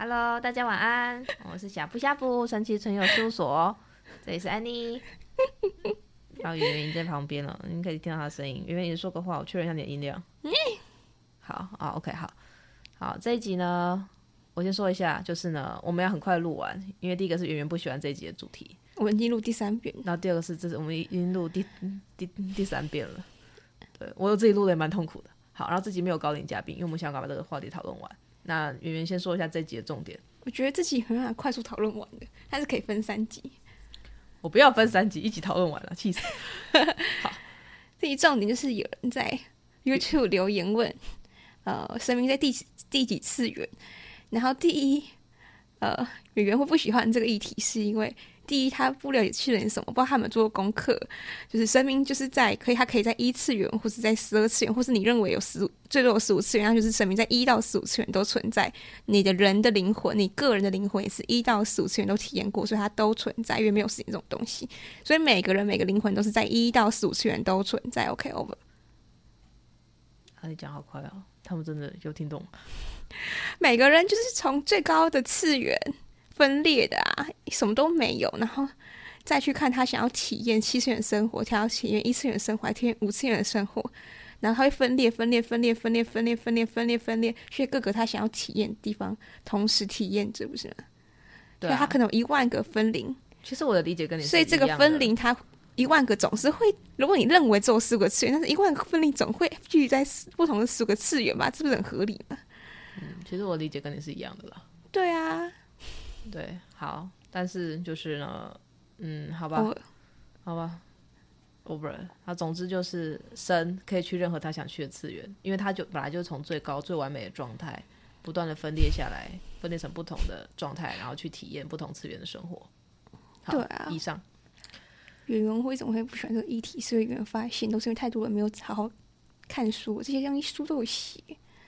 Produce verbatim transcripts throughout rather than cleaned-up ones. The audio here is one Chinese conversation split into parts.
Hello， 大家晚安，我是呷哺呷哺神奇存有事务所，这里是安妮。然后圆圆已经在旁边了，你可以听到她的声音。圆圆，你说个话，我确认一下你的音量。好啊 ，OK， 好，好，这一集呢，我先说一下，就是呢，我们要很快录完，因为第一个是圆圆不喜欢这一集的主题， 我们已经录第三遍， 然后第二个是，这是我们已经录第第第三遍了。对，我有自己录的也蛮痛苦的。好，然后这集没有高龄嘉宾，因为我们想要把这个话题讨论完。那圆圆先说一下这一集的重点。 我觉得这集很好快速讨论完的，它是可以分三集。我不要分三集，一起讨论完了，气死！好， 这一重点就是有人在 YouTube 留言问，呃，神明在第第几次元？然后第一，呃，圆圆会不喜欢这个议题，是因为第一，他不了解次元是什么，不知道他们做过功课。就是神明就是在可以，他可以在一次元，或是在十二次元，或是你认为有十最多有十五次元，那就是神明在一到十五次元都存在。你的人的灵魂，你个人的灵魂也是一到十五次元都体验过，所以它都存在，因为没有时间这种东西。所以每个人每个灵魂都是在一到十五次元都存在。OK over。 啊，你讲好快哦，他们真的有听懂。 每个人就是从最高的次元分裂的啊，什么都没有，然后再去看他想要体验七次元生活，他要体验一次元生活，还体验五次元的生活，然后他会分裂、分裂、分裂、分裂、分裂、分裂、分裂、分裂，去各个他想要体验的地方同时体验着，不是吗？对、啊，所以他可能有一万个分灵。 其实我的理解跟你是一样的， 所以这个分灵它一万个总是会，如果你认为只有十个次元，但是一万个分灵总会聚集在不同的十个次元吧？这不是很合理吗？ 嗯，其实我理解跟你是一样的啦。 对啊。 对，好，但是就是呢，嗯，好吧， over. 好吧 ，over。他总之就是神可以去任何他想去的次元，因为他就本来就是从最高最完美的状态，不断的分裂下来，分裂成不同的状态，然后去体验不同次元的生活。好， 对啊， 以上。 圆圆为什么会不喜欢这个议题？是因为圆圆发现都是因为太多人没有好好看书，这些东西书都有写。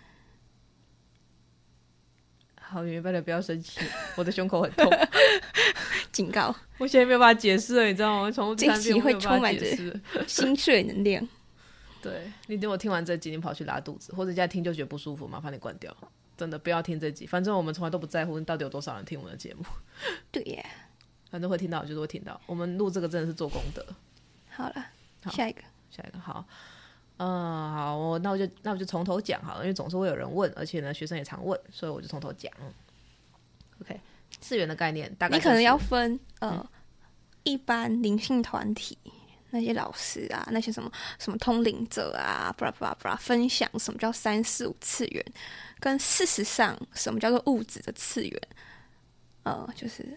好，圆圆拜托不要生气，我的胸口很痛。 警告， 我现在没有办法解释了，你知道吗？从这一集会充满着心碎能量。 对，你等我听完这集，你跑去拉肚子，或者现在听就觉得不舒服，麻烦你关掉。真的不要听这集，反正我们从来都不在乎到底有多少人听我们的节目。 对耶， 反正会听到就是会听到。我们录这个真的是做功德。 好了，下一个， 下一个好。嗯，好，我那我就那我就从头讲好了，因为总是会有人问，而且呢，学生也常问，所以我就从头讲。OK， 次元的概念大概、就是、 你可能要分呃、嗯，一般灵性团体那些老师啊，那些什么什么通灵者啊，布拉布拉布拉，分享什么叫三四五次元，跟事实上什么叫做物质的次元，呃，就是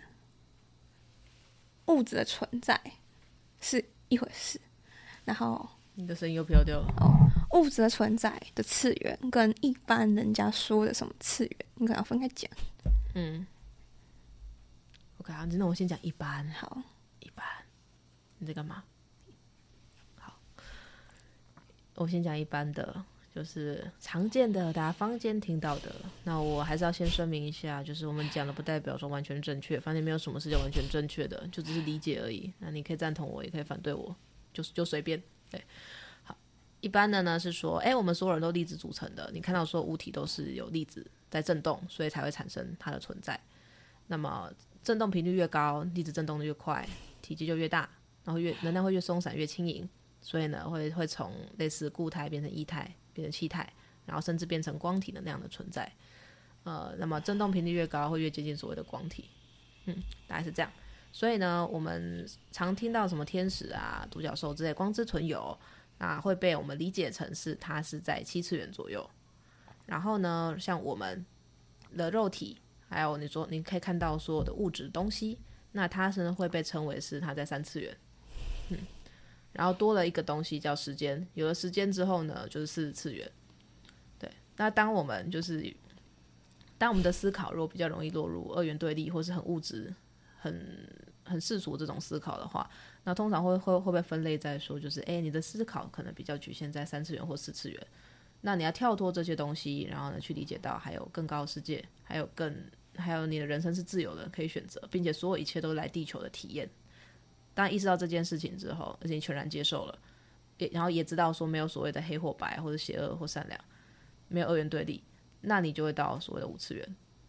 物质的存在是一回事，然后。 你的声音又飘掉了。 哦，物质的存在的次元跟一般人家说的什么次元，你可能要分开讲。 嗯 ，OK， 好，那我先讲一般。 好， 一般，你在干嘛？好，我先讲一般的，就是常见的，大家坊间听到的。那我还是要先声明一下，就是我们讲的不代表说完全正确，反正没有什么是叫完全正确的，就只是理解而已。那你可以赞同我，也可以反对我，就就随便。对，好，一般的呢是说，哎，我们所有人都粒子组成的，你看到所有物体都是有粒子在振动，所以才会产生它的存在。那么振动频率越高，粒子振动的越快，体积就越大，然后越能量会越松散越轻盈，所以呢会会从类似固态变成液态，变成气态，然后甚至变成光体能量的存在。呃，那么振动频率越高，会越接近所谓的光体。嗯，大概是这样。所以呢，我们常听到什么天使啊、独角兽之类光之存有，那会被我们理解成是它是在七次元左右。然后呢，像我们的肉体，还有你说你可以看到所有的物质东西，那它是会被称为是它在三次元。嗯，然后多了一个东西叫时间，有了时间之后呢，就是四次元。对，那当我们就是当我们的思考如果比较容易落入二元对立，或是很物质。很很世俗这种思考的话，那通常会会会被分类在说，就是哎，你的思考可能比较局限在三次元或四次元。那你要跳脱这些东西，然后呢，去理解到还有更高的世界，还有更还有你的人生是自由的，可以选择，并且所有一切都来地球的体验。当意识到这件事情之后，而且你全然接受了，也然后也知道说没有所谓的黑或白，或者邪恶或善良，没有二元对立，那你就会到所谓的五次元。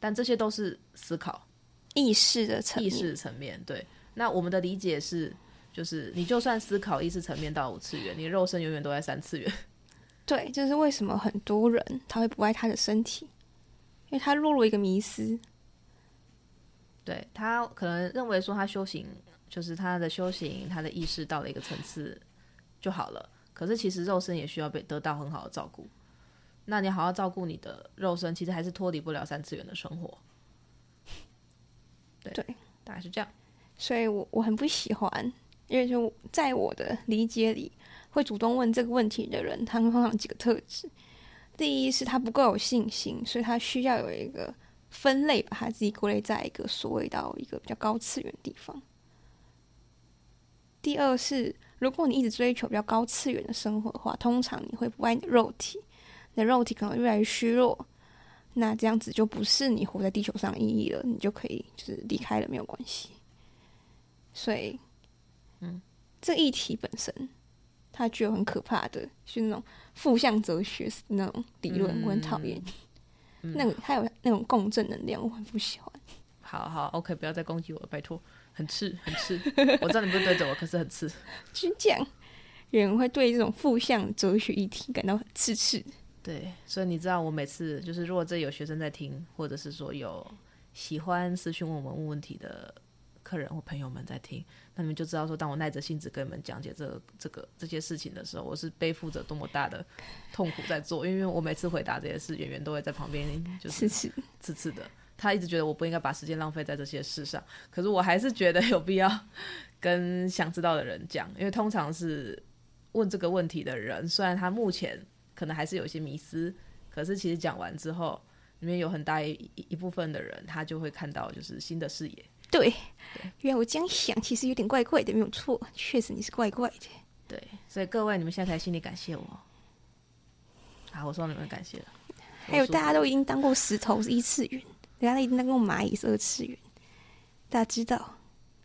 但这些都是思考意识的层面， 意识的层面。对，那我们的理解是，就是你就算思考意识层面到五次元，你肉身永远都在三次元。 对，就是为什么很多人他会不爱他的身体，因为他落入一个迷思。 对，他可能认为说他修行，就是他的修行，他的意识到了一个层次就好了。可是其实肉身也需要被得到很好的照顾。那你好好照顾你的肉身，其实还是脱离不了三次元的生活。对， 对， 大概是这样。 所以我我很不喜欢，因为就在我的理解里，会主动问这个问题的人，他们通常有几个特质。第一是他不够有信心，所以他需要有一个分类，把他自己归类在一个所谓到一个比较高次元的地方。第二是，如果你一直追求比较高次元的生活的话，通常你会不爱你的肉体，你的肉体可能越来越虚弱，那这样子就不是你活在地球上的意义了，你就可以就是离开了，没有关系。所以， 嗯， 这议题本身，它具有很可怕的，就是那种负向哲学那种理论， 嗯、 我很讨厌。 嗯、 那个还有那种共振能量，我很不喜欢。 好好 ，OK， 不要再攻击我了，拜托，很刺，很刺。我知道你不是对着我，可是很刺。 就是这样，有人会对这种负向哲学议题感到很刺刺。 对，所以你知道我每次就是如果这有学生在听，或者是说有喜欢私讯问我们问问题的客人或朋友们在听，那你们就知道说，当我耐着性子跟你们讲解这个这个这些事情的时候，我是背负着多么大的痛苦在做，因为我每次回答这些事，圆圆都会在旁边就是刺刺的，他一直觉得我不应该把时间浪费在这些事上，可是我还是觉得有必要跟想知道的人讲，因为通常是问这个问题的人，虽然他目前可能还是有一些迷思，可是其实讲完之后，里面有很大 一, 一部分的人，他就会看到就是新的视野。 对，原来我这样想其实有点怪怪的，没有错，确实你是怪怪的。 对，所以各位你们现在才心里感谢我。好，我说你们感谢了。 还有大家都已经当过石头是一次元，大家都已经当过蚂蚁是二次元，大家知道。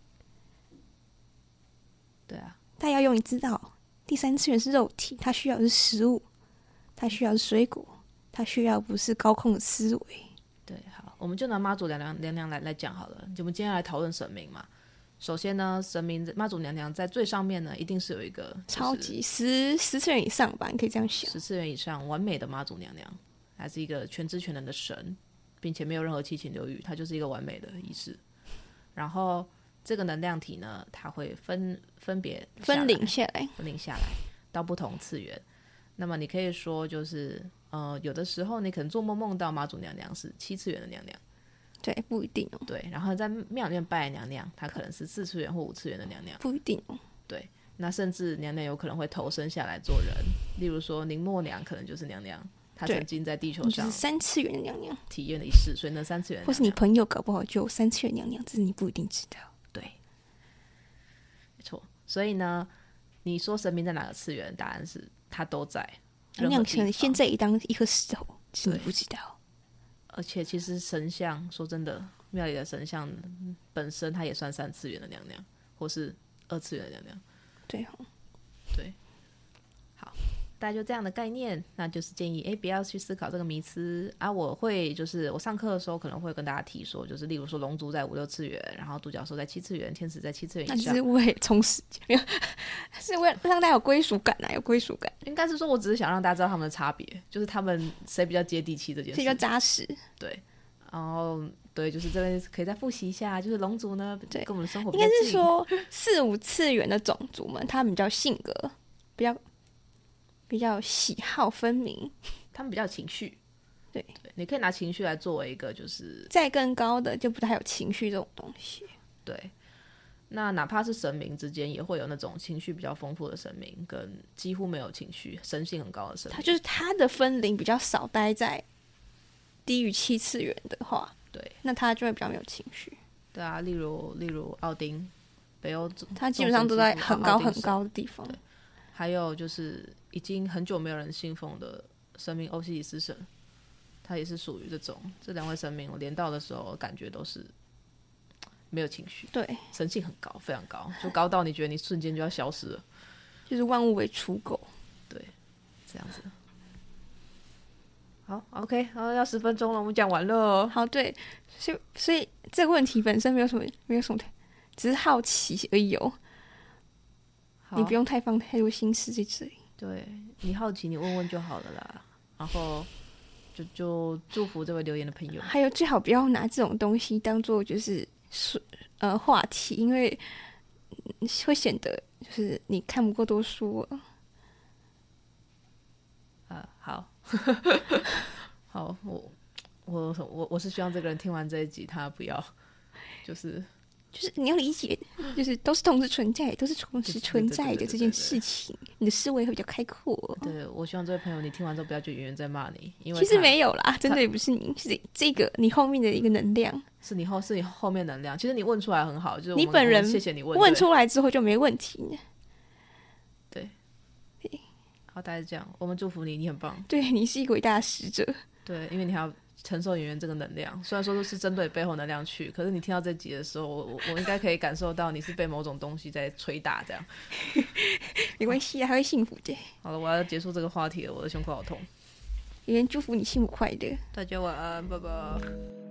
对啊， 大家要永远知道，第三次元是肉体，它需要的是食物，它需要的是水果，它需要不是高空的思维。 对，好，我们就拿妈祖娘娘娘娘来来讲好了。我们今天来讨论神明嘛。首先呢，神明妈祖娘娘在最上面呢，一定是有一个、就是、 超级十十次元以上吧，你可以这样想。 十次元以上完美的妈祖娘娘，还是一个全知全能的神，并且没有任何七情六欲，它就是一个完美的仪式。然后这个能量体呢，它会分分别分领下来， 分领下来到不同次元。那么你可以说就是呃，有的时候你可能做梦梦到妈祖娘娘是七次元的娘娘， 对，不一定哦。 对，然后在庙里面拜娘娘，她可能是四次元或五次元的娘娘， 不一定哦。 对，那甚至娘娘有可能会投身下来做人，例如说宁默娘可能就是娘娘，她曾经在地球上就是三次元的娘娘体验了一世，所以那三次元的娘娘， 或是你朋友搞不好就有三次元娘娘，只是你不一定知道。 对，没错。所以呢，你说神明在哪个次元？答案是他都在。 娘娘可能现在也当一颗石头，只是你不知道。 而且其实神像，说真的，庙里的神像本身它也算三次元的娘娘，或是二次元的娘娘。 对哦， 对，好，大概就这样的概念，那就是建议，哎，不要去思考这个迷思啊。我会就是我上课的时候可能会跟大家提说，就是例如说龙族在五六次元，然后独角兽在七次元，天使在七次元以上。 那就是为了充实，没有，是为了让大家有归属感啊，有归属感。 应该是说，我只是想让大家知道他们的差别，就是他们谁比较接地气这件事， 比较扎实。 对，然后对，就是这边可以再复习一下，就是龙族呢， 对， 跟我们的生活比应较近， 该是说四五次元的种族们，他们比较性格比较比较喜好分明， 他们比较有情绪。 对， 对，你可以拿情绪来作为一个，就是再更高的就不太有情绪这种东西。 对。那哪怕是神明之间，也会有那种情绪比较丰富的神明，跟几乎没有情绪、神性很高的神明。 他就是他的分灵比较少待在低于七次元的话， 对， 那他就会比较没有情绪。 对啊，例如例如奥丁，北欧， 他基本上都在很高很高的地方。 还有就是已经很久没有人信奉的神明欧西里斯神，他也是属于这种。这两位神明我连到的时候，感觉都是没有情绪， 对， 神性很高，非常高，就高到你觉得你瞬间就要消失了， 就是万物为刍狗。 对，这样子。 好 OK， 好，要十分钟了，我们讲完了哦。 好，对，所以所以这个问题本身没有什么没有什么，只是好奇而已哦。你不用太放太多心思在这里。 对，你好奇你问问就好了啦。然后就就祝福这位留言的朋友。 还有最好不要拿这种东西当做就是呃话题，因为会显得就是你看不够多书了。 啊，好，好，我我我我是希望这个人听完这一集，他不要就是就是你要理解，就是都是同时存在，都是同时存在的这件事情，你的思维会比较开阔。 对，我希望这位朋友你听完之后不要觉得圆圆在骂你，因为其实没有啦，真的也不是你，是这个你后面的一个能量， 是你后是你后面能量。其实你问出来很好，就是你本人谢谢你问， 问出来之后就没问题。 对，好，大概是这样。我们祝福你，你很棒。 对，你是一个伟大的使者。 对，因为你还要承受演员这个能量，虽然说都是针对背后能量去，可是你听到这集的时候，我我我应该可以感受到你是被某种东西在捶打，这样。 没关系啊，还会幸福的。 好了，我要结束这个话题了，我的胸口好痛。 也祝福你幸福快乐， 大家晚安，拜拜。